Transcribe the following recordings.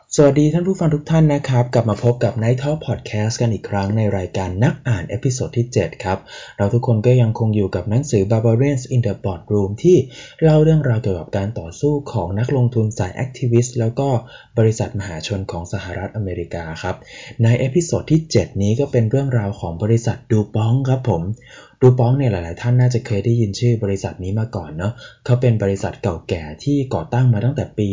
สวัสดีท่านผู้ฟังทุกท่านนะครับกลับมาพบกับ Night Talk Podcast กันอีกครั้งในรายการนักอ่านเอพิโซดที่7ครับเราทุกคนก็ยังคงอยู่กับหนังสือ Barbarians in the Boardroom ที่เล่าเรื่องราวเกี่ยวกับการต่อสู้ของนักลงทุนสายแอคทิวิสต์แล้วก็บริษัทมหาชนของสหรัฐอเมริกาครับในเอพิโซดที่7นี้ก็เป็นเรื่องราวของบริษัทดูปองครับผมดูปองเนี่ยหลายๆท่านน่าจะเคยได้ยินชื่อบริษัทนี้มาก่อนเนาะเขาเป็นบริษัทเก่าแก่ที่ก่อตั้งมาตั้งแต่ปี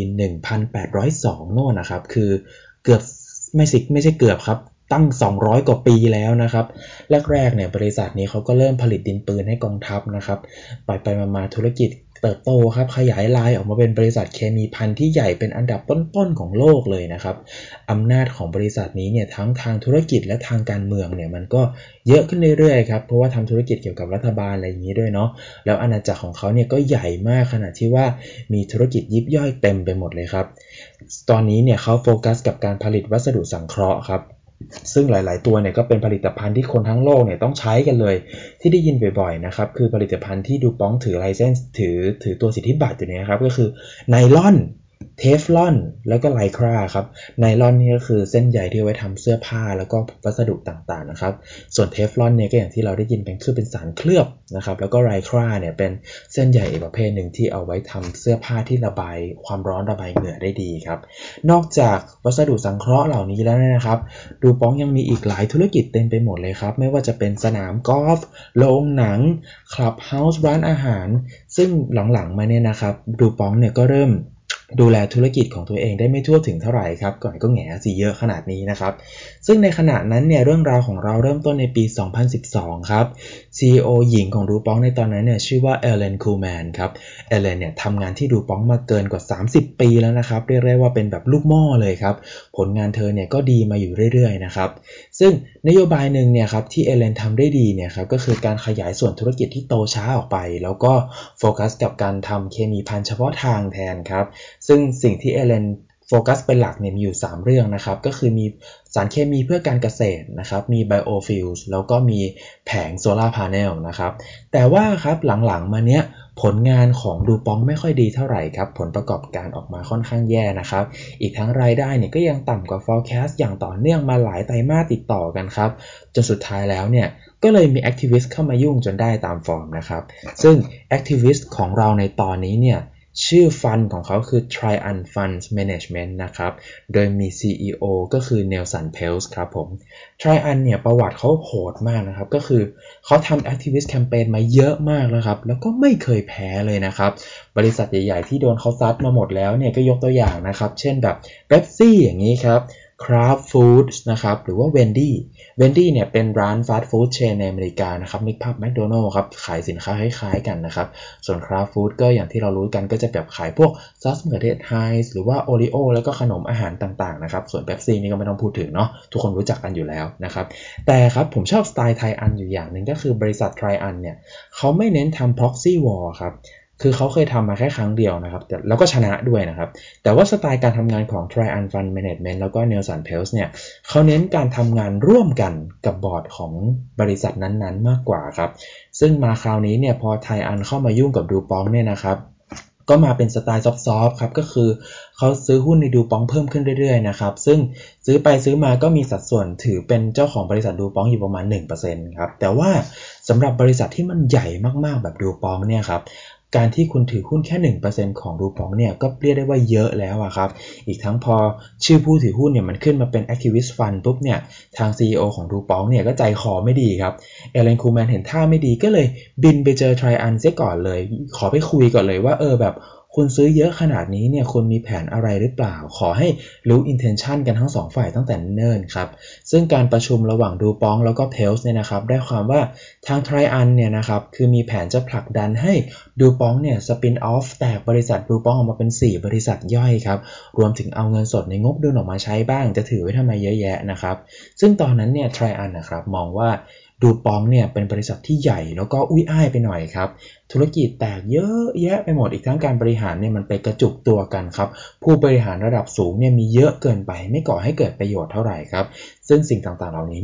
1802โน่นนะครับคือเกือบไม่ใช่เกือบครับตั้ง200กว่าปีแล้วนะครับแรกๆเนี่ยบริษัทนี้เขาก็เริ่มผลิตดินปืนให้กองทัพนะครับไปมาธุรกิจเติบโตครับขยายรายออกมาเป็นบริษัทเคมีภัณฑ์ที่ใหญ่เป็นอันดับต้นๆของโลกเลยนะครับอำนาจของบริษัทนี้เนี่ยทั้งทางธุรกิจและทางการเมืองเนี่ยมันก็เยอะขึ้นเรื่อยๆครับเพราะว่าทำธุรกิจเกี่ยวกับรัฐบาลอะไรอย่างนี้ด้วยเนาะแล้วอาณาจักรของเขาเนี่ยก็ใหญ่มากขนาดที่ว่ามีธุรกิจยิบย่อยเต็มไปหมดเลยครับตอนนี้เนี่ยเขาโฟกัสกับการผลิตวัสดุสังเคราะห์ครับซึ่งหลายๆตัวเนี่ยก็เป็นผลิตภัณฑ์ที่คนทั้งโลกเนี่ยต้องใช้กันเลยที่ได้ยินบ่อยๆนะครับคือผลิตภัณฑ์ที่ดูป้องถือไลเซนส์ถือตัวสิทธิบัตรอยู่เนี่ยครับก็คือไนลอนเทฟลอนแล้วก็ไลคราครับไนลอนนี่ก็คือเส้นใยที่ไว้ทำเสื้อผ้าแล้วก็วัสดุต่างๆนะครับส่วนเทฟลอนเนี่ยก็อย่างที่เราได้ยินกันคือเป็นสารเคลือบนะครับแล้วก็ไลคราเนี่ยเป็นเส้นใยอีกประเภทหนึ่งที่เอาไว้ทำเสื้อผ้าที่ระบายความร้อนระบายเหงื่อได้ดีครับนอกจากวัสดุสังเคราะห์เหล่านี้แล้วนะครับดูป้องยังมีอีกหลายธุรกิจเต็มไปหมดเลยครับไม่ว่าจะเป็นสนามกอล์ฟโรงหนังคลับเฮาส์ร้านอาหารซึ่งหลังๆมาเนี่ยนะครับดูป้องเนี่ยก็เริ่มดูแลธุรกิจของตัวเองได้ไม่ทั่วถึงเท่าไหร่ครับก่อนก็แหงสิเยอะขนาดนี้นะครับซึ่งในขณะนั้นเนี่ยเรื่องราวของเราเริ่มต้นในปี2012ครับ CEO หญิงของดูปองในตอนนั้นเนี่ยชื่อว่าเอเลนคูแมนครับเอเลนเนี่ยทำงานที่ดูปองมาเกินกว่า30ปีแล้วนะครับเรียกได้ว่าเป็นแบบลูกหม้อเลยครับผลงานเธอเนี่ยก็ดีมาอยู่เรื่อยๆนะครับซึ่งนโยบายหนึ่งเนี่ยครับที่เอเลนทำได้ดีเนี่ยครับก็คือการขยายส่วนธุรกิจที่โตช้าออกไปแล้วก็โฟกัสกับการทำเคมีภัณฑ์เฉพาะทางแทนครับซึ่งสิ่งที่เอเลนโฟกัสเป็นหลักเนี่ยมีอยู่3เรื่องนะครับก็คือมีสารเคมีเพื่อการเกษตรนะครับมีไบโอฟิลส์แล้วก็มีแผงโซลาร์พาเนลนะครับแต่ว่าครับหลังๆมาเนี้ยผลงานของดูปองไม่ค่อยดีเท่าไหร่ครับผลประกอบการออกมาค่อนข้างแย่นะครับอีกทั้งรายได้เนี่ยก็ยังต่ำกว่า forecast อย่างต่อเนื่องมาหลายไตรมาสติดต่อกันครับจนสุดท้ายแล้วเนี่ยก็เลยมีแอคทิวิสต์เข้ามายุ่งจนได้ตามฟอร์มนะครับซึ่งแอคทิวิสต์ของเราในตอนนี้เนี่ยชื่อฟันของเขาคือ Trian Funds Management นะครับโดยมี CEO ก็คือ Nelson Peltz ครับผม Trian เนี่ยประวัติเขาโหดมากนะครับก็คือเขาทำ Activist Campaign มาเยอะมากนะครับแล้วก็ไม่เคยแพ้เลยนะครับบริษัทใหญ่ๆที่โดนเขาซัดมาหมดแล้วเนี่ยก็ยกตัวอย่างนะครับเช่นแบบ Pepsi อย่างนี้ครับ Kraft Foods นะครับหรือว่า Wendy เนี่ยเป็นร้านฟาสต์ฟู้ดเชนในอเมริกานะครับนึกภาพแมคโดนัลด์ครับขายสินค้าคล้ายๆกันนะครับส่วน Kraft Food ก็อย่างที่เรารู้กันก็จะแบบขายพวกซอสมะเขือเทศไฮส์หรือว่าโอริโอแล้วก็ขนมอาหารต่างๆนะครับส่วน Pepsi นี่ก็ไม่ต้องพูดถึงเนาะทุกคนรู้จักกันอยู่แล้วนะครับแต่ครับผมชอบสไตล์ไทอันอยู่อย่างหนึ่งก็คือบริษัทไทอันเนี่ยเขาไม่เน้นทำ proxy war ครับคือเขาเคยทำมาแค่ครั้งเดียวนะครับแต่แล้วก็ชนะด้วยนะครับแต่ว่าสไตล์การทำงานของ Trian Fund Management แล้วก็ Nelson Peltz เนี่ยเขาเน้นการทำงานร่วมกันกับบอร์ดของบริษัทนั้นๆมากกว่าครับซึ่งมาคราวนี้เนี่ยพอไทอันเข้ามายุ่งกับดูปองเนี่ยนะครับก็มาเป็นสไตล์ซอฟต์ๆครับก็คือเขาซื้อหุ้นในดูปองเพิ่มขึ้นเรื่อยๆนะครับซึ่งซื้อไปซื้อมาก็มีสัดส่วนถือเป็นเจ้าของบริษัทดูปองอยู่ประมาณ 1% ครับแต่ว่าสำหรับบริษัทที่มันใหญ่มากๆแบบดูปองเนี่ยครับการที่คุณถือหุ้นแค่ 1% ของดูปองเนี่ยก็เรียกได้ว่าเยอะแล้วอะครับอีกทั้งพอชื่อผู้ถือหุ้นเนี่ยมันขึ้นมาเป็น Activist Fund ปุ๊บเนี่ยทาง CEO ของดูปองเนี่ยก็ใจคอไม่ดีครับเอเลนคูแมนเห็นท่าไม่ดีก็เลยบินไปเจอไทรอันเสียก่อนเลยขอไปคุยก่อนเลยว่าแบบคุณซื้อเยอะขนาดนี้เนี่ยคุณมีแผนอะไรหรือเปล่าขอให้รู้ intention กันทั้งสองฝ่ายตั้งแต่เนิ่นครับซึ่งการประชุมระหว่างดูปองแล้วก็เพลส์เนี่ยนะครับได้ความว่าทางไทรอันเนี่ยนะครับคือมีแผนจะผลักดันให้ดูปองเนี่ยสปินออฟแตกบริษัทดูปองออกมาเป็น4บริษัทย่อยครับรวมถึงเอาเงินสดในงบดุลออกมาใช้บ้างจะถือไว้ทำไมเยอะแยะนะครับซึ่งตอนนั้นเนี่ยไทรอันนะครับมองว่าดูปองเนี่ยเป็นบริษัทที่ใหญ่แล้วก็อุ้ยอ้ายไปหน่อยครับธุรกิจแตกเยอะแยะไปหมดอีกทั้งการบริหารเนี่ยมันไปกระจุกตัวกันครับผู้บริหารระดับสูงเนี่ยมีเยอะเกินไปไม่ก่อให้เกิดประโยชน์เท่าไหร่ครับซึ่งสิ่งต่างๆเหล่านี้เนี่ย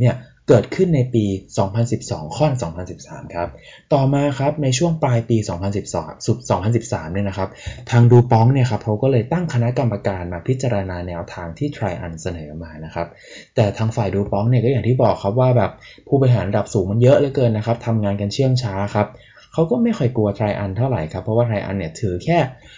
เกิดขึ้นในปี 2012 ค่อน 2013 ครับต่อมาครับในช่วงปลายปี 2013 เนี่ยนะครับทางดูปองเนี่ยครับเขาก็เลยตั้งคณะกรรมการมาพิจารณาแนวทางที่ Trian เสนอมานะครับแต่ทางฝ่ายดูปองเนี่ยก็อย่างที่บอกครับว่าแบบผู้บริหารระดับสูงมันเยอะเหลือเกินนะครับทำงานกันเชื่องช้าครับเขาก็ไม่ค่อยกลัว Trian เท่าไหร่ครับเพราะว่า Trian เนี่ยถือแค่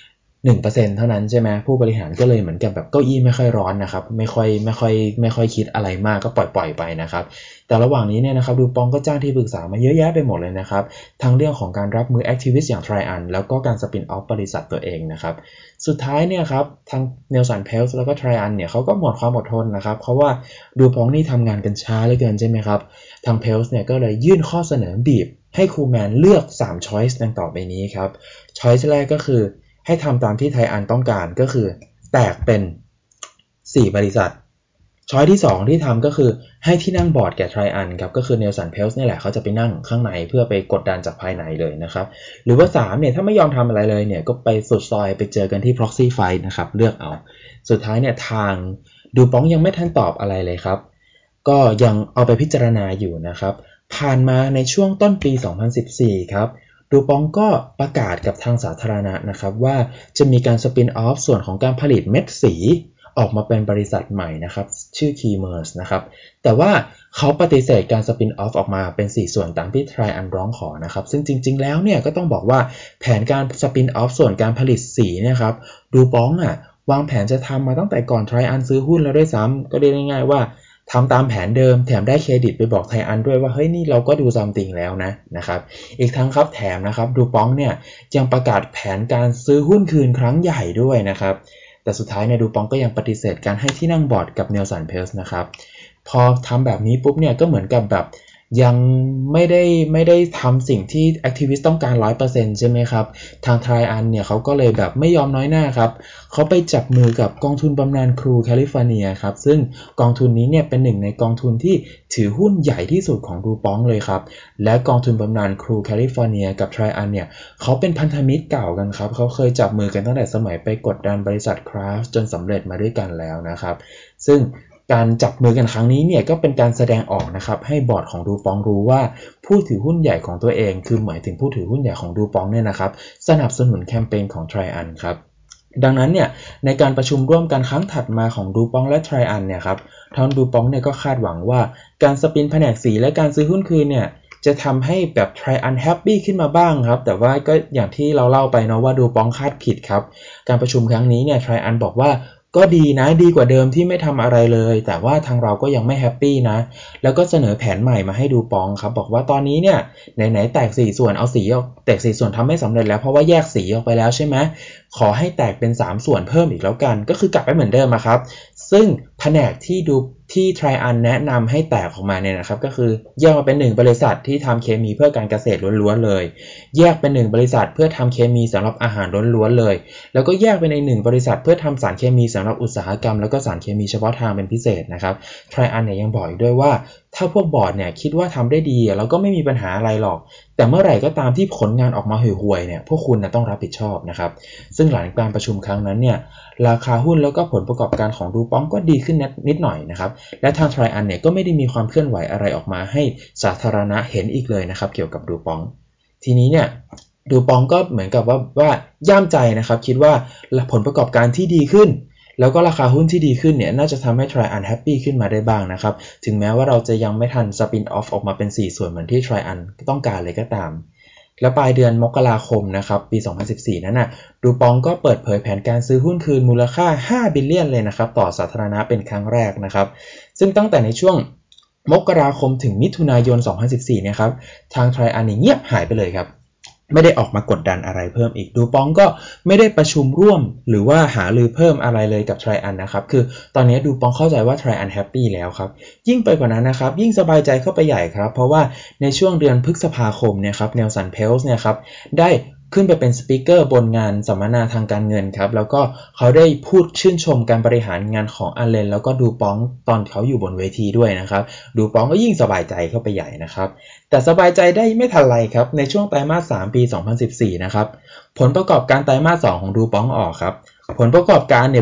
1% เท่านั้นใช่ไหมผู้บริหารก็เลยเหมือนกับแบบเก้าอี้ไม่ค่อยร้อนนะครับไม่ค่อยคิดอะไรมากก็ปล่อยไปนะครับแต่ระหว่างนี้เนี่ยนะครับดูปองก็จ้างที่ปรึกษามาเยอะแยะไปหมดเลยนะครับทั้งเรื่องของการรับมือแอคทิวิสต์อย่าง Trian แล้วก็การสปินออฟบริษัทตัวเองนะครับสุดท้ายเนี่ยครับทางเนลสันเพลส์แล้วก็ Trian เนี่ยเขาก็หมดความอดทนนะครับเพราะว่าดูปองนี่ทำงานกันช้าเหลือเกินใช่ไหมครับทางเพลส์เนี่ยก็เลยยื่นข้อเสนอบีบให้ครูแมนเลือก3 choice ดังต่อไปนี้ครับ choice แรกก็คือให้ทำตามที่ไทอันต้องการก็คือแตกเป็น4บริษัทช้อยที่2ที่ทำก็คือให้ที่นั่งบอร์ดแก่ไทอันครับก็คือเนลสันเพลส์นี่แหละเขาจะไปนั่งข้างในเพื่อไปกดดันจากภายในเลยนะครับหรือว่า3เนี่ยถ้าไม่ยอมทำอะไรเลยเนี่ยก็ไปสุดซอยไปเจอกันที่ proxy fight นะครับเลือกเอาสุดท้ายเนี่ยทางดูป้องยังไม่ทันตอบอะไรเลยครับก็ยังเอาไปพิจารณาอยู่นะครับผ่านมาในช่วงต้นปี 2014 ครับดูปองก็ประกาศกับทางสาธารณะนะครับว่าจะมีการสปินออฟส่วนของการผลิตเม็ดสีออกมาเป็นบริษัทใหม่นะครับชื่อ Keymerse นะครับแต่ว่าเขาปฏิเสธการสปินออฟออกมาเป็น4ส่วนตามที่ Trian ร้องขอนะครับซึ่งจริงๆแล้วเนี่ยก็ต้องบอกว่าแผนการสปินออฟส่วนการผลิตสีเนี่ยครับดูปองวางแผนจะทำมาตั้งแต่ก่อน Trian ซื้อหุ้นแล้วด้วยซ้ำก็เรียกง่ายๆว่าทำตามแผนเดิมแถมได้เครดิตไปบอกไทอันด้วยว่าเฮ้ยนี่เราก็ดูซัมติงแล้วนะครับอีกทั้งครับแถมนะครับดูปองเนี่ยยังประกาศแผนการซื้อหุ้นคืนครั้งใหญ่ด้วยนะครับแต่สุดท้ายเนี่ยดูปองก็ยังปฏิเสธการให้ที่นั่งบอร์ดกับเนลสันเพลส์นะครับพอทำแบบนี้ปุ๊บเนี่ยก็เหมือนกับแบบยังไม่ได้ทำสิ่งที่แอคทิวิสต์ต้องการ 100% ใช่ไหมครับทาง Trian เนี่ยเขาก็เลยแบบไม่ยอมน้อยหน้าครับเขาไปจับมือกับกองทุนบำนาญครูแคลิฟอร์เนียครับซึ่งกองทุนนี้เนี่ยเป็นหนึ่งในกองทุนที่ถือหุ้นใหญ่ที่สุดของดูปองเลยครับและกองทุนบำนาญครูแคลิฟอร์เนียกับ Trian เนี่ยเขาเป็นพันธมิตรเก่ากันครับเขาเคยจับมือกันตั้งแต่สมัยไปกดดันบริษัท Kraft จนสำเร็จมาด้วยกันแล้วนะครับซึ่งการจับมือกันครั้งนี้เนี่ยก็เป็นการแสดงออกนะครับให้บอร์ดของดูปองรู้ว่าผู้ถือหุ้นใหญ่ของตัวเองคือหมายถึงผู้ถือหุ้นใหญ่ของดูปองเนี่ยนะครับสนับสนุนแคมเปญของ Trian ครับดังนั้นเนี่ยในการประชุมร่วมกันครั้งถัดมาของดูปองและ Trian เนี่ยครับทางดูปองเนี่ยก็คาดหวังว่าการสปินแผนกสีและการซื้อหุ้นคืนเนี่ยจะทำให้แบบ Trian happy ขึ้นมาบ้างครับแต่ว่าก็อย่างที่เราเล่าไปเนาะว่าดูปองคาดผิดครับการประชุมครั้งนี้เนี่ย Trian บอกว่าก็ดีนะดีกว่าเดิมที่ไม่ทำอะไรเลยแต่ว่าทางเราก็ยังไม่แฮปปี้นะแล้วก็เสนอแผนใหม่มาให้ดูปองครับบอกว่าตอนนี้เนี่ยไหนๆแตก4ส่วนเอาสีออกแตก4ส่วนทำไม่สำเร็จแล้วเพราะว่าแยกสีออกไปแล้วใช่ไหมขอให้แตกเป็น3ส่วนเพิ่มอีกแล้วกันก็คือกลับไปเหมือนเดิมครับซึ่งแผนกที่ Trian แนะนำให้แตกออกมาเนี่ยนะครับก็คือแยกมาเป็น1บริษัทที่ทำเคมีเพื่อการเกษตรล้วนๆเลยแยกเป็น1บริษัทเพื่อทำเคมีสำหรับอาหารล้วนๆเลยแล้วก็แยกเป็นใน1บริษัทเพื่อทำสารเคมีสำหรับอุตสาหกรรมแล้วก็สารเคมีเฉพาะทางเป็นพิเศษนะครับ Trian เนี่ยยังบอกอีกด้วยว่าถ้าพวกบอร์ดเนี่ยคิดว่าทำได้ดีเราก็ไม่มีปัญหาอะไรหรอกแต่เมื่อไหร่ก็ตามที่ผลงานออกมาห่วยๆเนี่ยพวกคุณต้องรับผิดชอบนะครับซึ่งหลังการประชุมครั้งนั้นเนี่ยราคาหุ้นแล้วก็ผลประกอบการของดูปองก็ดีขึ้นนิดหน่อยนะครับและทาง Trian เนี่ยก็ไม่ได้มีความเคลื่อนไหวอะไรออกมาให้สาธารณะเห็นอีกเลยนะครับเกี่ยวกับดูปองทีนี้เนี่ยดูปองก็เหมือนกับว่าย่ามใจนะครับคิดว่าผลประกอบการที่ดีขึ้นแล้วก็ราคาหุ้นที่ดีขึ้นเนี่ยน่าจะทำให้ Trian happy ขึ้นมาได้บ้างนะครับถึงแม้ว่าเราจะยังไม่ทันสปินออฟออกมาเป็น4ส่วนเหมือนที่ Trian ต้องการเลยก็ตามและปลายเดือนมกราคมนะครับปี 2014 นั้นดูปองก็เปิดเผยแผนการซื้อหุ้นคืนมูลค่า5 บิลเลียนเลยนะครับต่อสาธารณะเป็นครั้งแรกนะครับซึ่งตั้งแต่ในช่วงมกราคมถึงมิถุนายน 2014 เนี่ยครับทาง Trian เงียบหายไปเลยครับไม่ได้ออกมากดดันอะไรเพิ่มอีกดูปองก็ไม่ได้ประชุมร่วมหรือว่าหารือเพิ่มอะไรเลยกับ Trian นะครับคือตอนนี้ดูปองเข้าใจว่า Trian happy แล้วครับยิ่งไปกว่านั้นนะครับยิ่งสบายใจเข้าไปใหญ่ครับเพราะว่าในช่วงเดือนพฤษภาคมเนี่ยครับเนลสันเพลส์เนี่ยครับได้ขึ้นไปเป็นสปีกเกอร์บนงานสัมมนาทางการเงินครับแล้วก็เขาได้พูดชื่นชมการบริหารงานของอัลเลนแล้วก็ดูปองตอนเขาอยู่บนเวทีด้วยนะครับดูปองก็ยิ่งสบายใจเข้าไปใหญ่นะครับแต่สบายใจได้ไม่ทันไรครับในช่วงไตรมาส3ปี 2014 นะครับผลประกอบการไตรมาส2ของดูปองออกครับผลประกอบการเนี่ยแบบ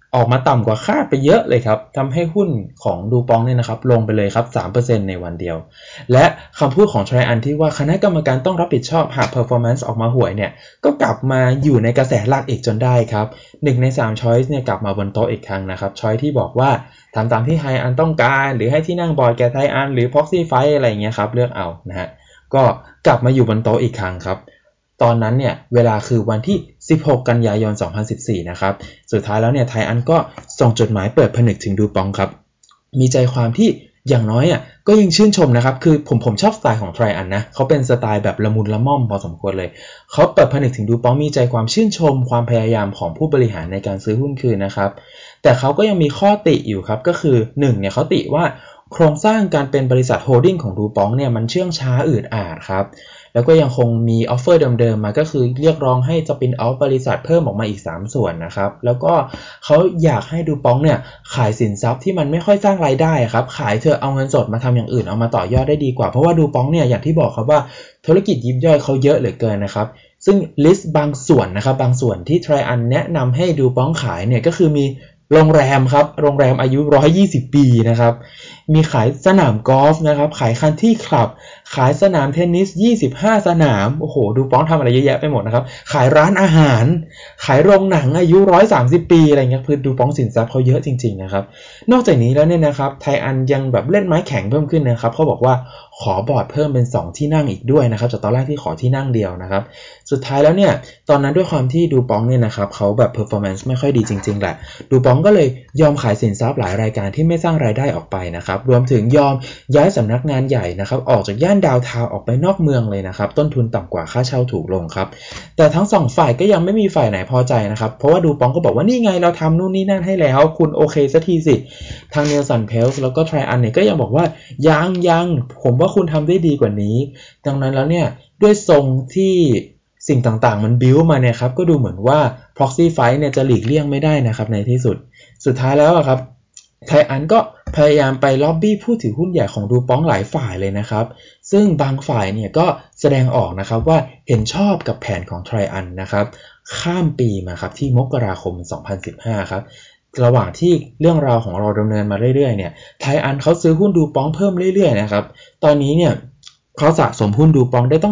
ออกมาต่ำกว่าคาดไปเยอะเลยครับทำให้หุ้นของดูปองเนี่ยนะครับลงไปเลยครับ 3% ในวันเดียวและคำพูดของ Trian ที่ว่าคณะกรรมการต้องรับผิดชอบหาก performance ออกมาห่วยเนี่ยก็กลับมาอยู่ในกระแสหลักอีกจนได้ครับ1ใน3 choice เนี่ยกลับมาบนโต๊ะอีกครั้งนะครับ choice ที่บอกว่าทำตามที่ไทอันต้องการหรือให้ที่นั่งบอร์ดแก่ไทอันหรือ proxy fight อะไรอย่างเงี้ยครับเลือกเอานะฮะก็กลับมาอยู่บนโต๊ะอีกครั้งครับตอนนั้นเนี่ยเวลาคือวันที่16กันยายน2014นะครับสุดท้ายแล้วเนี่ยไทอันก็ส่งจดหมายเปิดผนึกถึงดูปองครับมีใจความที่อย่างน้อยอ่ะก็ยังชื่นชมนะครับคือผมชอบสไตล์ของไทอันนะเขาเป็นสไตล์แบบละมุนละม่อมพอสมควรเลยเขาเปิดผนึกถึงดูปองมีใจความชื่นชมความพยายามของผู้บริหารในการซื้อหุ้นคืนนะครับแต่เขาก็ยังมีข้อติอยู่ครับก็คือ1เนี่ยเขาติว่าโครงสร้างการเป็นบริษัทโฮลดิ้งของดูปองเนี่ยมันเชื่องช้าอืดอาดครับแล้วก็ยังคงมีออฟเฟอร์เดิมๆมาก็คือเรียกร้องให้สปินออฟบริษัทเพิ่มออกมาอีก3ส่วนนะครับแล้วก็เขาอยากให้ดูปองเนี่ยขายสินทรัพย์ที่มันไม่ค่อยสร้างรายได้ครับขายเธอเอาเงินสดมาทำอย่างอื่นเอามาต่อยอดได้ดีกว่าเพราะว่าดูปองเนี่ยอย่างที่บอกครับว่าธุรกิจยิบย่อยเขาเยอะเหลือเกินนะครับซึ่งลิสต์บางส่วนนะครับบางส่วนที่ไทรอันแนะนำให้ดูปองขายเนี่ยก็คือมีโรงแรมครับโรงแรมอายุ120ปีนะครับมีขายสนามกอล์ฟนะครับขายคันที่คลับขายสนามเทนนิส25สนามโอ้โหดูป้องทำอะไรเยอะแยะไปหมดนะครับขายร้านอาหารขายโรงหนังอายุ130ปีอะไรเงี้ยคือดูป้องสินทรัพย์เขาเยอะจริงๆนะครับนอกจากนี้แล้วเนี่ยนะครับไทอันยังแบบเล่นไม้แข็งเพิ่มขึ้นนะครับเขาบอกว่าขอบอร์ดเพิ่มเป็น2ที่นั่งอีกด้วยนะครับจากตอนแรกที่ขอที่นั่งเดียวนะครับสุดท้ายแล้วเนี่ยตอนนั้นด้วยความที่ดูป้องเนี่ยนะครับเขาแบบ performance ไม่ค่อยดีจริงๆแหละดูป้องก็เลยยอมขายสินทรัพย์หลายรายการที่ไม่สร้างรายได้ออกไปนะครับรวมถึงยอมย้ายสำนักงานใหญ่นะครับออกจากย่านดาวทาวน์ออกไปนอกเมืองเลยนะครับต้นทุนต่ำกว่าค่าเช่าถูกลงครับแต่ทั้งสองฝ่ายก็ยังไม่มีฝ่ายไหนพอใจนะครับเพราะว่าดูป้องก็บอกว่านี่ไงเราทำนู่นนี่นั่นให้แล้วคุณโอเคสักทีสิทางเนลสันเพลส์แล้วก็ไทรอันเนี่ยก็ยังบอกว่ายังผมว่าคุณทำได้ดีกว่านี้ดังนั้นแล้วเนี่ยด้วยทรงที่สิ่งต่างๆมันบิ้วมาเนี่ยครับก็ดูเหมือนว่า proxy fight เนี่ยจะหลีกเลี่ยงไม่ได้นะครับในที่สุดท้ายแล้วครับไทอันก็พยายามไปล็อบบี้ผู้ถือหุ้นใหญ่ของดูป้องหลายฝ่ายเลยนะครับซึ่งบางฝ่ายเนี่ยก็แสดงออกนะครับว่าเห็นชอบกับแผนของไทอันนะครับข้ามปีมาครับที่มกราคม2015ครับระหว่างที่เรื่องราวของเราดำเนินมาเรื่อยๆเนี่ยไทอันเขาซื้อหุ้นดูป้องเพิ่มเรื่อยๆนะครับตอนนี้เนี่ยเขาสะสมหุ้นดูปองได้ต้อง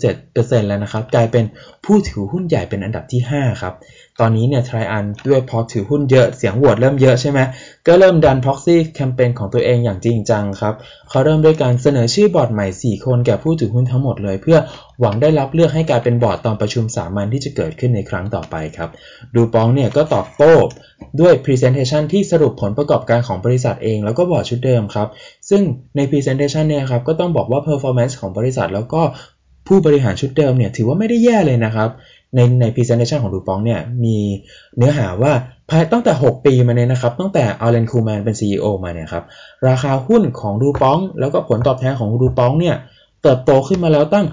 2.7% แล้วนะครับกลายเป็นผู้ถือหุ้นใหญ่เป็นอันดับที่5ครับตอนนี้เนี่ยไทรอันด้วยพอถือหุ้นเยอะเสียงโหวตเริ่มเยอะใช่ไหมก็เริ่มดัน proxy แคมเปญของตัวเองอย่างจริงจังครับเขาเริ่มด้วยการเสนอชื่อบอร์ดใหม่4คนแก่ผู้ถือหุ้นทั้งหมดเลยเพื่อหวังได้รับเลือกให้กลายเป็นบอร์ดตอนประชุมสามัญที่จะเกิดขึ้นในครั้งต่อไปครับดูปองเนี่ยก็ตอบโต้ด้วย presentation ที่สรุปผลประกอบการของบริษัทเองแล้วก็บอร์ดชุดเดิมครับซึ่งใน presentation เนี่ยครับก็ต้องบอกว่า performance ของบริษัทแล้วก็ผู้บริหารชุดเดิมเนี่ยถือว่าไม่ได้แย่เลยนะครับใน presentation ของดูปองเนี่ยมีเนื้อหาว่าตั้งแต่6ปีมาเนี่ยนะครับตั้งแต่อัลเลนคูแมนเป็น CEO มาเนี่ยครับราคาหุ้นของดูปองแล้วก็ผลตอบแทนของดูปองเนี่ยเติบโตขึ้นมาแล้วตั้ง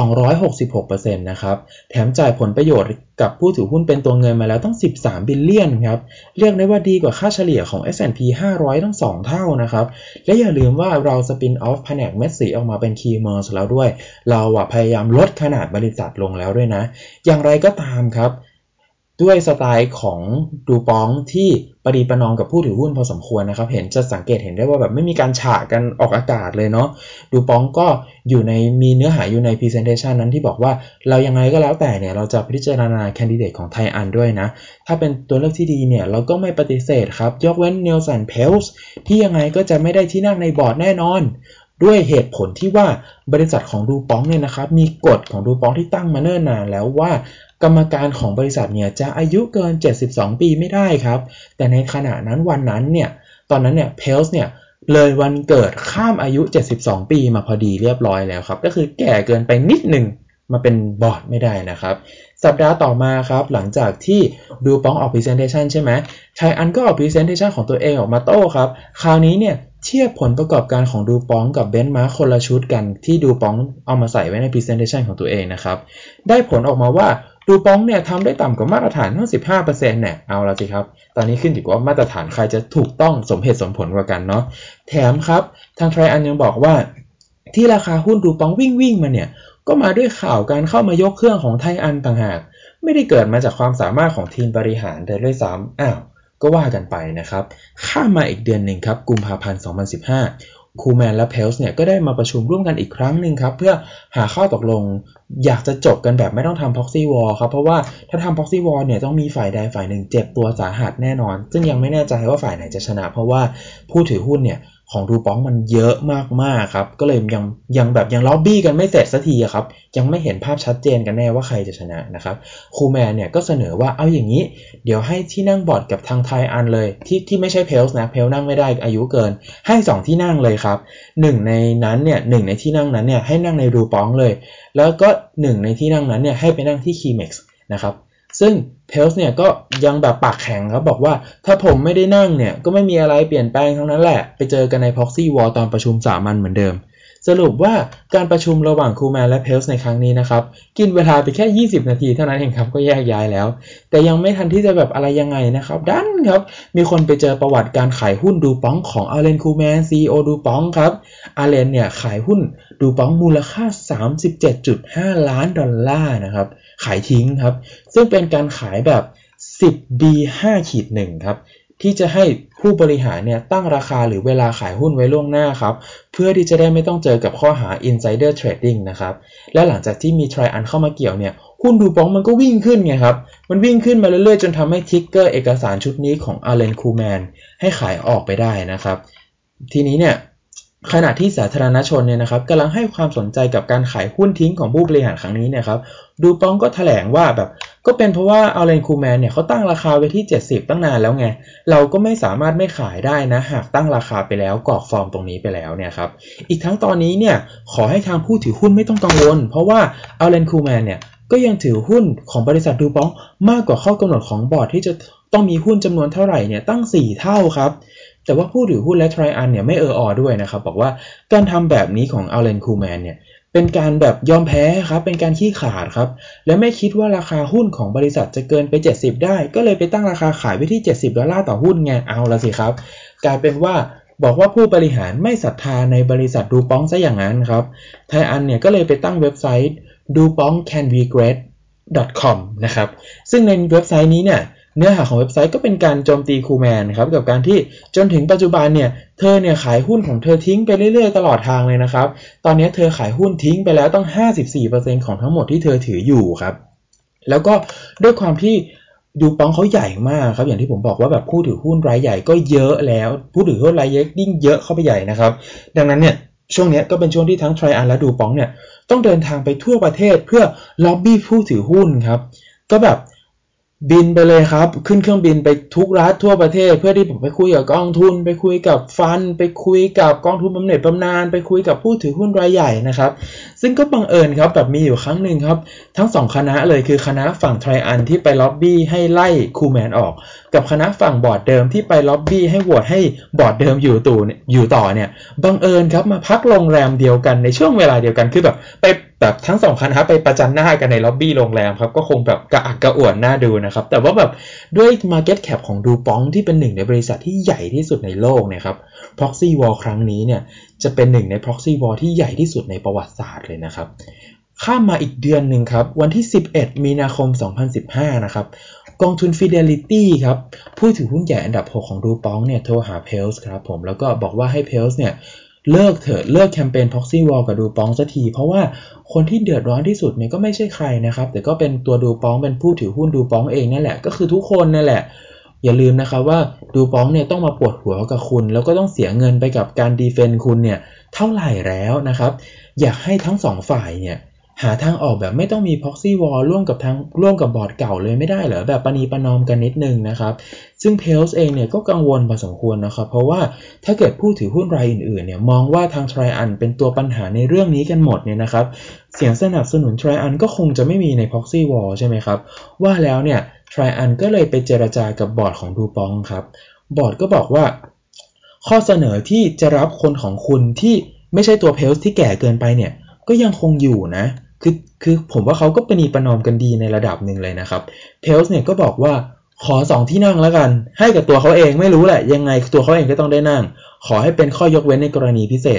266% นะครับแถมจ่ายผลประโยชน์กับผู้ถือหุ้นเป็นตัวเงินมาแล้วตั้ง13บิลเลียนครับเรียกได้ว่าดีกว่าค่าเฉลี่ยของ S&P 500ตั้ง2เท่านะครับและอย่าลืมว่าเราสปินออฟแผนกเม็ดสีออกมาเป็น Key Merge แล้วด้วยเราพยายามลดขนาดบริษัทลงแล้วด้วยนะอย่างไรก็ตามครับด้วยสไตล์ของดูปองที่ประนีประนอมกับผู้ถือหุ้นพอสมควรนะครับจะสังเกตเห็นได้ว่าแบบไม่มีการฉะกันออกอากาศเลยเนาะดูปองก็มีเนื้อหาอยู่ใน presentation นั้นที่บอกว่าเรายังไงก็แล้วแต่เนี่ยเราจะพิจารณาแคนดิเดตของไทอันด้วยนะถ้าเป็นตัวเลือกที่ดีเนี่ยเราก็ไม่ปฏิเสธครับยกเว้นเนลสันเพลส์ที่ยังไงก็จะไม่ได้ที่นั่งในบอร์ดแน่นอนด้วยเหตุผลที่ว่าบริษัทของดูปองเนี่ยนะครับมีกฎของดูปองที่ตั้งมาเนิ่นนานแล้วว่ากรรมการของบริษัทเนี่ยจะอายุเกิน72ปีไม่ได้ครับแต่ในขณะนั้นวันนั้นเนี่ยตอนนั้นเนี่ยเพลส์เนี่ยเลยวันเกิดข้ามอายุ72ปีมาพอดีเรียบร้อยแล้วครับก็คือแก่เกินไปนิดนึงมาเป็นบอร์ดไม่ได้นะครับสัปดาห์ต่อมาครับหลังจากที่ดูปองออก presentation ใช่ไหมไทอันก็ออก presentation ของตัวเองออกมาโต้ครับคราวนี้เนี่ยเทียบผลประกอบการของดูปองกับเบนช์มาร์คคนละชุดกันที่ดูปองเอามาใส่ไว้ใน presentation ของตัวเองนะครับได้ผลออกมาว่าดูปองเนี่ยทำได้ต่ำกว่ามาตรฐานทั้ง 15% เนี่ยเอาละสิครับตอนนี้ขึ้นอยู่กับว่ามาตรฐานใครจะถูกต้องสมเหตุสมผลกว่ากันเนาะแถมครับทางไทรอันยังบอกว่าที่ราคาหุ้นดูปองวิ่งมาเนี่ยก็มาด้วยข่าวการเข้ามายกเครื่องของไทอันต่างหากไม่ได้เกิดมาจากความสามารถของทีมบริหารแต่ด้วยซ้ำก็ก็ว่ากันไปนะครับข้ามมาอีกเดือนหนึ่งครับกุมภาพันธ์2015คูแมนและเพลส์เนี่ยก็ได้มาประชุมร่วมกันอีกครั้งหนึ่งครับเพื่อหาข้อตกลงอยากจะจบกันแบบไม่ต้องทำ proxy war ครับเพราะว่าถ้าทำ proxy war เนี่ยต้องมีฝ่ายใดฝ่ายหนึ่งเจ็บตัวสาหัสแน่นอนซึ่งยังไม่แน่ใจว่าฝ่ายไหนจะชนะเพราะว่าผู้ถือหุ้นเนี่ยของดูป้องมันเยอะมากๆครับก็เลยยังล็อบบี้กันไม่เสร็จสักทีครับยังไม่เห็นภาพชัดเจนกันแน่ว่าใครจะชนะนะครับคูแมนเนี่ยก็เสนอว่าเอาอย่างนี้เดี๋ยวให้ที่นั่งบอร์ดกับทางไทยอันเลยที่ไม่ใช่เพลส์นะเพลนั่งไม่ได้อายุเกินให้2ที่นั่งเลยครับ1ในนั้นเนี่ย1ในที่นั่งนั้นเนี่ยให้นั่งในดูป้องเลยแล้วก็1ในที่นั่งนั้นเนี่ยให้ไปนั่งที่ Keymex นะครับซึ่งเพลส์เนี่ยก็ยังแบบปากแข็งครับบอกว่าถ้าผมไม่ได้นั่งเนี่ยก็ไม่มีอะไรเปลี่ยนแปลงทั้งนั้นแหละไปเจอกันใน Proxy War ตอนประชุมสามัญเหมือนเดิมสรุปว่าการประชุมระหว่างคูแมนและเพลส์ในครั้งนี้นะครับกินเวลาไปแค่20นาทีเท่านั้นเองครับก็แยกย้ายแล้วแต่ยังไม่ทันที่จะแบบอะไรยังไงนะครับดันครับมีคนไปเจอประวัติการขายหุ้นดูป้องของอาเลนคูแมน CEO ดูป้องครับอาเลนเนี่ยขายหุ้นดูป้องมูลค่า 37.5 ล้านดอลลาร์นะครับขายทิ้งครับซึ่งเป็นการขายแบบ 10B5-1 ครับที่จะให้ผู้บริหารเนี่ยตั้งราคาหรือเวลาขายหุ้นไว้ล่วงหน้าครับเพื่อที่จะได้ไม่ต้องเจอกับข้อหา insider trading นะครับและหลังจากที่มีTrianเข้ามาเกี่ยวเนี่ยหุ้นดูป้องมันก็วิ่งขึ้นไงครับมันวิ่งขึ้นมาเรื่อยๆจนทำให้ทิกเกอร์เอกสารชุดนี้ของ Allen Kuman ให้ขายออกไปได้นะครับทีนี้เนี่ยขณะที่สาธารณชนเนี่ยนะครับกำลังให้ความสนใจกับการขายหุ้นทิ้งของผู้บริหารครั้งนี้เนี่ยครับดูป้องก็แถลงว่าแบบก็เป็นเพราะว่าอาเลนคูแมนเนี่ยเขาตั้งราคาไว้ที่70ตั้งนานแล้วไงเราก็ไม่สามารถไม่ขายได้นะหากตั้งราคาไปแล้วกรอกฟอร์มตรงนี้ไปแล้วเนี่ยครับอีกทั้งตอนนี้เนี่ยขอให้ทางผู้ถือหุ้นไม่ต้องกังวลเพราะว่าอาเลนคูแมนเนี่ยก็ยังถือหุ้นของบริษัทดูป้องมากกว่าข้อกำหนดของบอร์ดที่จะต้องมีหุ้นจำนวนเท่าไหร่เนี่ยตั้ง4เท่าครับแต่ว่าผู้ถือหุ้นและ Trian เนี่ยไม่อด้วยนะครับบอกว่าการทำแบบนี้ของอาเลนคูแมนเนี่ยเป็นการแบบยอมแพ้ครับเป็นการขี้ขลาดครับและไม่คิดว่าราคาหุ้นของบริษัทจะเกินไป70ได้ก็เลยไปตั้งราคาขายไว้ที่$70ต่อหุ้นไงเอาละสิครับกลายเป็นว่าบอกว่าผู้บริหารไม่ศรัทธาในบริษัทดูป้องซะอย่างนั้นครับไทอันเนี่ยก็เลยไปตั้งเว็บไซต์ dupongcanwegret.com นะครับซึ่งในเว็บไซต์นี้เนี่ยเนื้อหาของเว็บไซต์ก็เป็นการโจมตีคูแมนครับกับการที่จนถึงปัจจุบันเนี่ยเธอเนี่ยขายหุ้นของเธอทิ้งไปเรื่อยๆตลอดทางเลยนะครับตอนนี้เธอขายหุ้นทิ้งไปแล้วต้อง 54% ของทั้งหมดที่เธอถืออยู่ครับแล้วก็ด้วยความที่ดูป้องเขาใหญ่มากครับอย่างที่ผมบอกว่าแบบผู้ถือหุ้นรายใหญ่ก็เยอะแล้วผู้ถือหุ้นรายเล็กยิ่งเยอะเข้าไปใหญ่นะครับดังนั้นเนี่ยช่วงนี้ก็เป็นช่วงที่ทั้ง Trian และดูป้องเนี่ยต้องเดินทางไปทั่วประเทศเพื่อล็อบบี้ผู้ถือหุ้นครับก็แบบบินไปเลยครับขึ้นเครื่องบินไปทุกรัฐทั่วประเทศเพื่อที่ผมไปคุยกับกองทุนไปคุยกับฟันไปคุยกับกองทุนบำเหน็จบำนาญไปคุยกับผู้ถือหุ้นรายใหญ่นะครับซึ่งก็บังเอิญครับแบบมีอยู่ครั้งหนึ่งครับทั้งสองคณะเลยคือคณะฝั่ง Trian ที่ไปล็อบบี้ให้ไล่คูแมนออกกับคณะฝั่งบอร์ดเดิมที่ไปล็อบบี้ให้โหวตให้บอร์ดเดิมอยู่ต่อเนี่ยบังเอิญครับมาพักโรงแรมเดียวกันในช่วงเวลาเดียวกันคือแบบไปแบบทั้งสองคณะไปประจันหน้ากันในล็อบบี้โรงแรมครับก็คงแบบกระอักกระอ่วนน่าดูนะครับแต่ว่าแบบด้วย Market Cap ของดูป้องที่เป็นหนึ่งในบริษัทที่ใหญ่ที่สุดในโลกเนี่ยครับ Proxy War ครั้งนี้เนี่ยจะเป็นหนึ่งใน Proxy War ที่ใหญ่ที่สุดในประวัติศาสตร์เลยนะครับข้ามมาอีกเดือนหนึ่งครับวันที่11มีนาคม2015นะครับกองทุน Fidelity ครับผู้ถือหุ้นใหญ่อันดับ6ของดูป้องเนี่ยโทรหาเพลส์ครับผมแล้วก็บอกว่าให้เพลส์เนี่ยเลิกแคมเปญ Proxy War กับดูป้องสักทีเพราะว่าคนที่เดือดร้อนที่สุดเนี่ยก็ไม่ใช่ใครนะครับแต่ก็เป็นตัวดูป้องเป็นผู้ถือหุ้นดูป้องเองนั่นแหละก็คือทุกคนนั่นแหละอย่าลืมนะครับว่าดูป้องเนี่ยต้องมาปวดหัวกับคุณแล้วก็ต้องเสียเงินไปกับการดีเฟนต์คุณเนี่ยเท่าไหร่แล้วนะครับอยากให้ทั้งสองฝ่ายเนี่ยหาทางออกแบบไม่ต้องมี Proxy War ร่วมกับบอร์ดเก่าเลยไม่ได้เหรอแบบประนีประนอมกันนิดนึงนะครับซึ่งเพลส์เองเนี่ยก็กังวลพอสมควรนะครับเพราะว่าถ้าเกิดผู้ถือหุ้นรายอื่นๆเนี่ยมองว่าทาง Trian เป็นตัวปัญหาในเรื่องนี้กันหมดเนี่ยนะครับเสียงสนับสนุน Trian ก็คงจะไม่มีใน Proxy War ใช่ไหมครับว่าแล้วเนี่ย Trian ก็เลยไปเจรจากับบอร์ดของดูป้องครับบอร์ดก็บอกว่าข้อเสนอที่จะรับคนของคุณที่ไม่ใช่ตัวเพลส์ที่แก่เกินไปเนี่ยก็ยังคงอยู่นะคือผมว่าเขาก็ประนีประนอมกันดีในระดับหนึ่งเลยนะครับเพลส์เนี่ยก็บอกว่าขอ2ที่นั่งแล้วกันให้กับตัวเขาเองไม่รู้แหละยังไงตัวเขาเองก็ต้องได้นั่งขอให้เป็นข้อยกเว้นในกรณีพิเศษ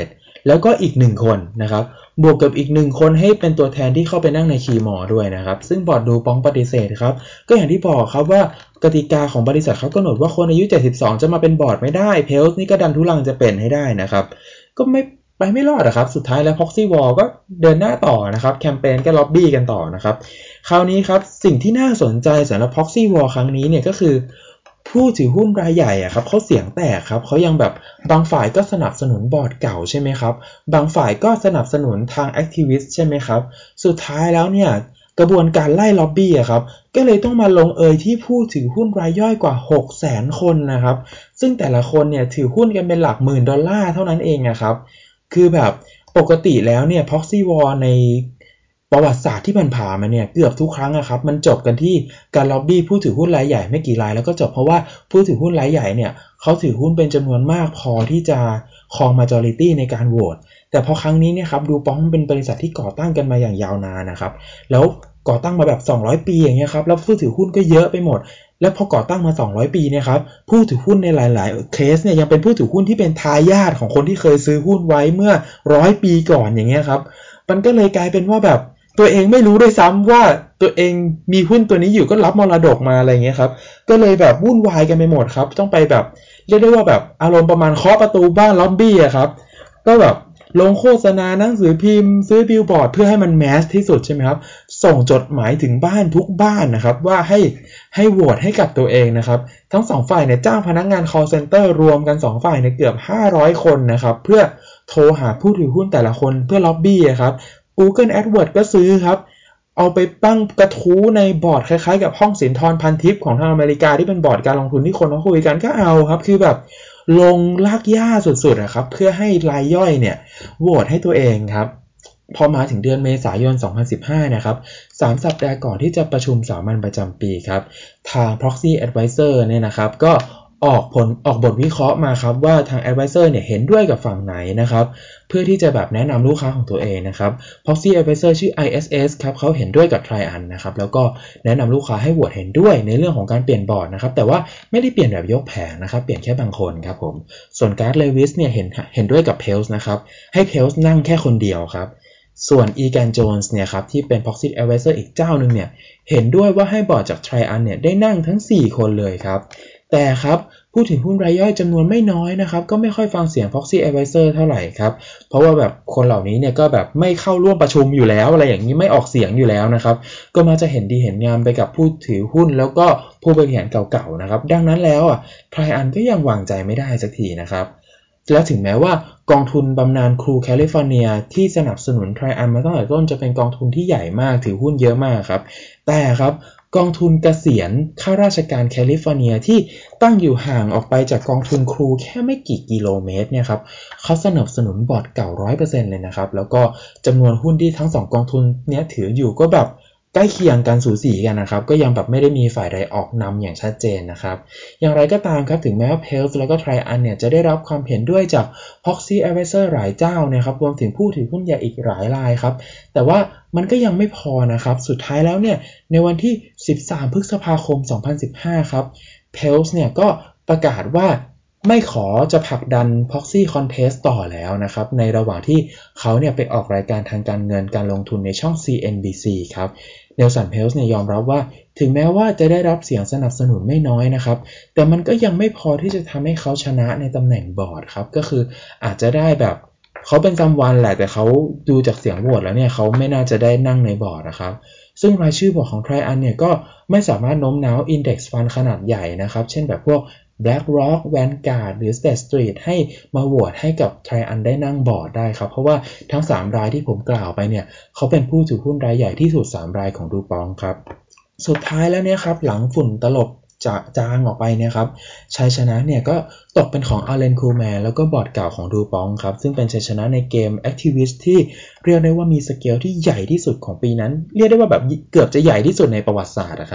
แล้วก็อีก1คนนะครับบวกกับอีก1คนให้เป็นตัวแทนที่เข้าไปนั่งในคีย์มอด้วยนะครับซึ่งบอร์ดดูปองปฏิเสธครับก็อย่างที่บอกครับว่ากติกาของบริษัทเขากำหนดว่าคนอายุ72จะมาเป็นบอร์ดไม่ได้เพลส์นี่ก็ดันทุลังจะเป็นให้ได้นะครับก็ไม่รอดครับสุดท้ายแล้ว Proxy War ก็เดินหน้าต่อนะครับแคมเปญก็ล็อบบี้กันต่อนะครับคราวนี้ครับสิ่งที่น่าสนใจสำหรับ Proxy War ครั้งนี้เนี่ยก็คือผู้ถือหุ้นรายใหญ่ครับเขาเสียงแตกครับเขายังแบบบางฝ่ายก็สนับสนุนบอร์ดเก่าใช่ไหมครับบางฝ่ายก็สนับสนุนทางแอคทิวิสต์ใช่ไหมครับสุดท้ายแล้วเนี่ยกระบวนการไล่ล็อบบี้ครับก็เลยต้องมาลงเอยที่ผู้ถือหุ้นรายย่อยกว่า 600,000 คนนะครับซึ่งแต่ละคนเนี่ยถือหุ้นกันเป็นหลักหมื่นดอลลาร์เท่านั้นเองนะครับคือแบบปกติแล้วเนี่ย Proxy War ในประวัติศาสตร์ที่ผ่านๆมาเนี่ยเกือบทุกครั้งครับมันจบกันที่การล็อบบี้ผู้ถือหุ้นรายใหญ่ไม่กี่รายแล้วก็จบเพราะว่าผู้ถือหุ้นรายใหญ่เนี่ยเขาถือหุ้นเป็นจำนวนมากพอที่จะครอง majority ในการโหวตแต่พอครั้งนี้เนี่ยครับดูป้องเป็นบริษัทที่ก่อตั้งกันมาอย่างยาวนานนะครับแล้วก่อตั้งมาแบบ200ปีอย่างเงี้ยครับแล้วผู้ถือหุ้นก็เยอะไปหมดแล้วพอก่อตั้งมา200ปีเนี่ยครับผู้ถือหุ้นในหลายๆเคสเนี่ยยังเป็นผู้ถือหุ้นที่เป็นทายาทของคนที่เคยซื้อหุ้นไว้เมื่อ100ปีก่อนอย่างเงี้ยครับมันก็เลยกลายเป็นว่าแบบตัวเองไม่รู้ด้วยซ้ำว่าตัวเองมีหุ้นตัวนี้อยู่ก็รับมรดกมาอะไรเงี้ยครับก็เลยแบบวุ่นวายกันไปหมดครับต้องไปแบบเรียกได้ว่าแบบอารมณ์ประมาณเคาะประตูบ้านล็อบบี้อะครับก็แบบลงโฆษณาหนังสือพิมพ์ซื้อบิลบอร์ดเพื่อให้มันแมสที่สุดใช่ไหมครับส่งจดหมายถึงบ้านทุกบ้านนะครับว่าให้โหวตให้กับตัวเองนะครับทั้งสองฝ่ายเนี่ยจ้างพนักงาน call center รวมกัน2ฝ่ายเนี่ยเกือบ500คนนะครับเพื่อโทรหาผู้ถือหุ้นแต่ละคนเพื่อล็อบบี้ครับ Google AdWords ก็ซื้อครับเอาไปตั้งกระทู้ในบอร์ดคล้ายๆกับห้องสินทรพันทิพย์ของทางอเมริกาที่เป็นบอร์ดการลงทุนที่คนเขาคุยกันก็เอาครับคือแบบลงลากย่าสุดๆครับเพื่อให้รายย่อยเนี่ยโหวตให้ตัวเองครับพอมาถึงเดือนเมษายน 2015 นะครับ3 สัปดาห์ก่อนที่จะประชุมสามัญประจำปีครับทาง Proxy Advisor เนี่ยนะครับก็ออกบทวิเคราะห์มาครับว่าทาง Advisor เนี่ยเห็นด้วยกับฝั่งไหนนะครับเพื่อที่จะแบบแนะนำลูกค้าของตัวเองนะครับ Proxy Advisor ชื่อ ISS ครับเขาเห็นด้วยกับ Trian นะครับแล้วก็แนะนำลูกค้าให้โหวตเห็นด้วยในเรื่องของการเปลี่ยนบอร์ดนะครับแต่ว่าไม่ได้เปลี่ยนแบบยกแผงนะครับเปลี่ยนแค่บางคนครับผมส่วน Garth Lewis เนี่ยเห็นด้วยกับ Pels นะครับให้ Pels นั่งแค่คนเดียวครับส่วน Egan Jones เนี่ยครับที่เป็น Proxy Advisor อีกเจ้าหนึ่งเนี่ยเห็นด้วยว่าให้บอร์ดจาก Trian เนี่ยได้นั่งทั้ง4คนเลยครับแต่ครับผู้ถือหุ้นรายย่อยจำนวนไม่น้อยนะครับก็ไม่ค่อยฟังเสียง Proxy Advisor เท่าไหร่ครับเพราะว่าแบบคนเหล่านี้เนี่ยก็แบบไม่เข้าร่วมประชุมอยู่แล้วอะไรอย่างนี้ไม่ออกเสียงอยู่แล้วนะครับก็มาจะเห็นดีเห็นงามไปกับผู้ถือหุ้นแล้วก็ผู้บริหารเก่าๆนะครับดังนั้นแล้วTrian ก็ยังวางใจไม่ได้สักทีนะครับและถึงแม้ว่ากองทุนบำนาญครูแคลิฟอร์เนียที่สนับสนุน Trian มาตั้งแต่ต้นจะเป็นกองทุนที่ใหญ่มากถือหุ้นเยอะมากครับแต่ครับกองทุนเกษียณข้าราชการแคลิฟอร์เนียที่ตั้งอยู่ห่างออกไปจากกองทุนครูแค่ไม่กี่กิโลเมตรเนี่ยครับเขาสนับสนุนบอร์ดเก่า 100% เลยนะครับแล้วก็จำนวนหุ้นที่ทั้ง2กองทุนเนี้ยถืออยู่ก็แบบใกล้เคียงกันสูสีกันนะครับก็ยังแบบไม่ได้มีฝ่ายใดออกนำอย่างชัดเจนนะครับอย่างไรก็ตามครับถึงแม้ว่า Pels แล้วก็ Trian เนี่ยจะได้รับความเห็นด้วยจาก Proxy Advisor หลายเจ้านะครับรวมถึงผู้ถือหุ้นใหญ่อีกหลายรายครับแต่ว่ามันก็ยังไม่พอนะครับสุดท้ายแล้วเนี่ยในวันที่13พฤษภาคม2015ครับPels เนี่ยก็ประกาศว่าไม่ขอจะผลักดัน Proxy Contest ต่อแล้วนะครับในระหว่างที่เขาเนี่ยไปออกรายการทางการเงินการลงทุนในช่อง CNBC ครับเนลสันเพลส์เนี่ยยอมรับว่าถึงแม้ว่าจะได้รับเสียงสนับสนุนไม่น้อยนะครับแต่มันก็ยังไม่พอที่จะทำให้เขาชนะในตำแหน่งบอร์ดครับก็คืออาจจะได้แบบเขาเป็นซัมวันแหละแต่เขาดูจากเสียงโหวตแล้วเนี่ยเขาไม่น่าจะได้นั่งในบอร์ดนะครับซึ่งรายชื่อบอร์ดของ Trian เนี่ยก็ไม่สามารถโน้มน้าว Index Fund ขนาดใหญ่นะครับเช่นแบบพวก BlackRock Vanguard หรือ State Street ให้มาโหวตให้กับ Trian ได้นั่งบอร์ดได้ครับเพราะว่าทั้ง3รายที่ผมกล่าวไปเนี่ยเขาเป็นผู้ถือหุ้นรายใหญ่ที่สุด3รายของดูปองครับสุดท้ายแล้วเนี่ยครับหลังฝุ่นตลบจางออกไปเนี่ยครับชัยชนะเนี่ยก็ตกเป็นของอาร์เลนคูแมนแล้วก็บอร์ดเก่าของดูปองครับซึ่งเป็นชัยชนะในเกม Activist ที่เรียกได้ว่ามีสเกลที่ใหญ่ที่สุดของปีนั้นเรียกได้ว่าแบบเกือบจะใหญ่ที่สุดในประวัติศาสตร์นะครับ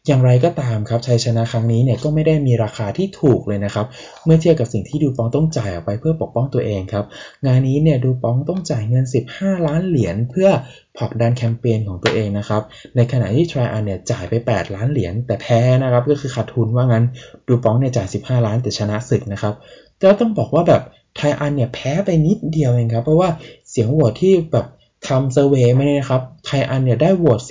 อย่างไรก็ตามครับชัยชนะครั้งนี้เนี่ยก็ไม่ได้มีราคาที่ถูกเลยนะครับเมื่อเทียบกับสิ่งที่ดูปองต้องจ่ายออกไปเพื่อปกป้องตัวเองครับงานนี้เนี่ยดูปองต้องจ่ายเงิน15ล้านเหรียญเพื่อผลักดันแคมเปญของตัวเองนะครับในขณะที่ Tryon เนี่ยจ่ายไป8ล้านเหรียญแต่แพ้นะครับก็คือขาดทุนว่างั้นดูปองเนี่ยจ่าย15ล้านแต่ชนะศึกนะครับแต่ต้องบอกว่าแบบTryonเนี่ยแพ้ไปนิดเดียวเองครับเพราะว่าเสียงโหวตที่แบบทำเซอร์เวย์มาเนี่ยนะครับTryonเนี่ยได้โหวต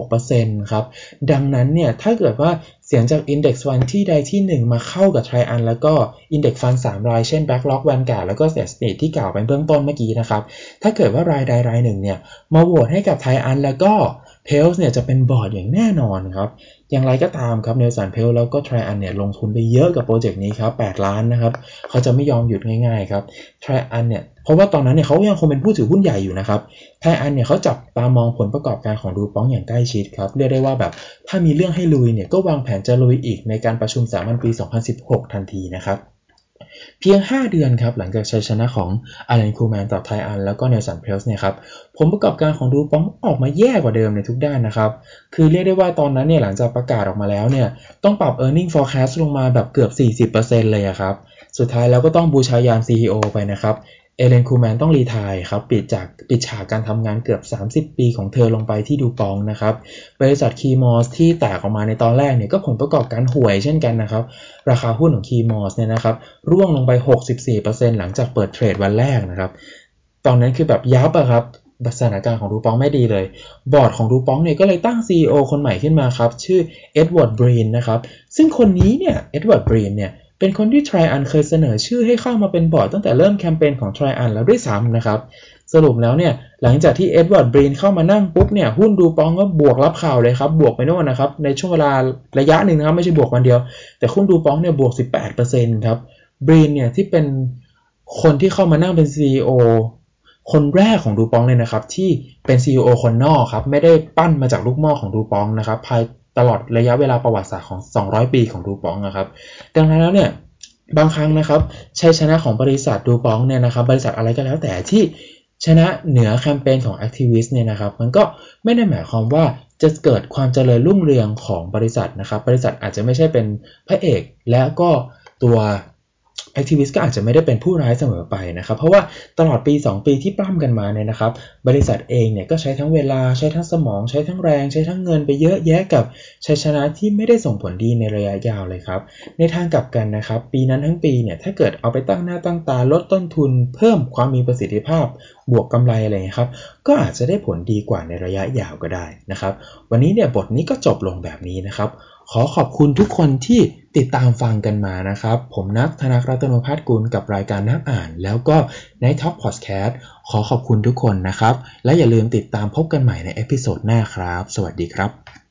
46% ครับดังนั้นเนี่ยถ้าเกิดว่าเสียงจาก Index Fund ที่ใดที่1มาเข้ากับ Tryon แล้วก็ Index Fund 3 รายเช่น BlackRock Vanguard แล้วก็ State Street ที่กล่าวไปเบื้องต้นเมื่อกี้นะครับถ้าเกิดว่ารายใดรายหนึ่งเนี่ยมาโหวตให้กับ Tryon แล้วก็ Pels เนี่ยจะเป็นบอร์ดอย่างแน่นอนครับอย่างไรก็ตามครับเนลสันเพลแล้วก็ Tryon เนี่ยลงทุนไปเยอะกับโปรเจกต์นี้ครับ8ล้านนะครับเขาจะไม่ยอมหยุดง่ายๆครับ Tryon เนี่ยเพราะว่าตอนนั้นเนี่ยเขายังคงเป็นผู้ถือหุ้นใหญ่อยู่นะครับTryonเนี่ยเขาจับตามองผลประกอบการของดูปองอย่างใกล้ชิดครับเรียกได้ว่าแบบถ้ามีเรื่องให้ลุยเนี่ยก็วางแผนจะลุยอีกในการประชุมสามัญปี2016ทันทีนะครับเพียง5เดือนครับหลังจากชัยชนะของอารันคูแมนต่อไทอันแล้วก็เนลสันเพลส์เนี่ยครับผลประกอบการของดูปองออกมาแย่กว่าเดิมในทุกด้านนะครับคือเรียกได้ว่าตอนนั้นเนี่ยหลังจากประกาศออกมาแล้วเนี่ยต้องปรับ earning forecast ลงมาแบบเกือบ 40% เลยครับสุดท้ายแล้วก็ต้องบูชายัน CEO ไปนะครับเอเลนคูแมนต้องรีไทร์ครับปิดฉากการทำงานเกือบ30ปีของเธอลงไปที่ดูปองนะครับบริษัทคีมอสที่แตกออกมาในตอนแรกเนี่ยก็ผลประกอบการห่วยเช่นกันนะครับราคาหุ้นของคีมอสเนี่ยนะครับร่วงลงไป 64% หลังจากเปิดเทรดวันแรกนะครับตอนนั้นคือแบบยับอะครับสถานการณ์ของดูปองไม่ดีเลยบอร์ดของดูปองเนี่ยก็เลยตั้ง CEO คนใหม่ขึ้นมาครับชื่อเอ็ดเวิร์ดบรีนนะครับซึ่งคนนี้เนี่ยเอ็ดเวิร์ดบรีนเนี่ยเป็นคนที่ Tryon เคยเสนอชื่อให้เข้ามาเป็นบอร์ดตั้งแต่เริ่มแคมเปญของ Tryon แล้วด้วยซ้ำนะครับสรุปแล้วเนี่ยหลังจากที่เอ็ดเวิร์ดบรีนเข้ามานั่งปุ๊บเนี่ยหุ้นดูปองก็บวกรับข่าวเลยครับบวกไปโน่นนะครับในช่วงเวลาระยะหนึ่งนะครับไม่ใช่บวกวันเดียวแต่หุ้นดูปองเนี่ยบวก 18% ครับบรีนเนี่ยที่เป็นคนที่เข้ามานั่งเป็น CEO คนแรกของดูปองเลยนะครับที่เป็น CEO คนนอกครับไม่ได้ปั้นมาจากลูกหม้อของดูปองนะครับภายตลอดระยะเวลาประวัติศาสตร์ของ200ปีของดูปองนะครับดังนั้นแล้วเนี่ยบางครั้งนะครับชัยชนะของบริษัทดูปองเนี่ยนะครับบริษัทอะไรก็แล้วแต่ที่ชนะเหนือแคมเปญของ Activist เนี่ยนะครับมันก็ไม่ได้หมายความว่าจะเกิดความเจริญรุ่งเรืองของบริษัทนะครับบริษัทอาจจะไม่ใช่เป็นพระเอกและก็ตัว Activist ก็อาจจะไม่ได้เป็นผู้ร้ายเสมอไปนะครับเพราะว่าตลอดปี2ปีที่ปล้ำกันมาเนี่ยนะครับบริษัทเองเนี่ยก็ใช้ทั้งเวลาใช้ทั้งสมองใช้ทั้งแรงใช้ทั้งเงินไปเยอะแยะกับชัยชนะที่ไม่ได้ส่งผลดีในระยะยาวเลยครับในทางกลับกันนะครับปีนั้นทั้งปีเนี่ยถ้าเกิดเอาไปตั้งหน้าตั้งตาลดต้นทุนเพิ่มความมีประสิทธิภาพบวกกำไรอะไรครับก็อาจจะได้ผลดีกว่าในระยะยาวก็ได้นะครับวันนี้เนี่ยบทนี้ก็จบลงแบบนี้นะครับขอขอบคุณทุกคนที่ติดตามฟังกันมานะครับผมนักธนรัตนภัทรกุลกับรายการนักอ่านแล้วก็ในท็อปพอดแคสต์ขอขอบคุณทุกคนนะครับและอย่าลืมติดตามพบกันใหม่ในเอพิโซดหน้าครับสวัสดีครับ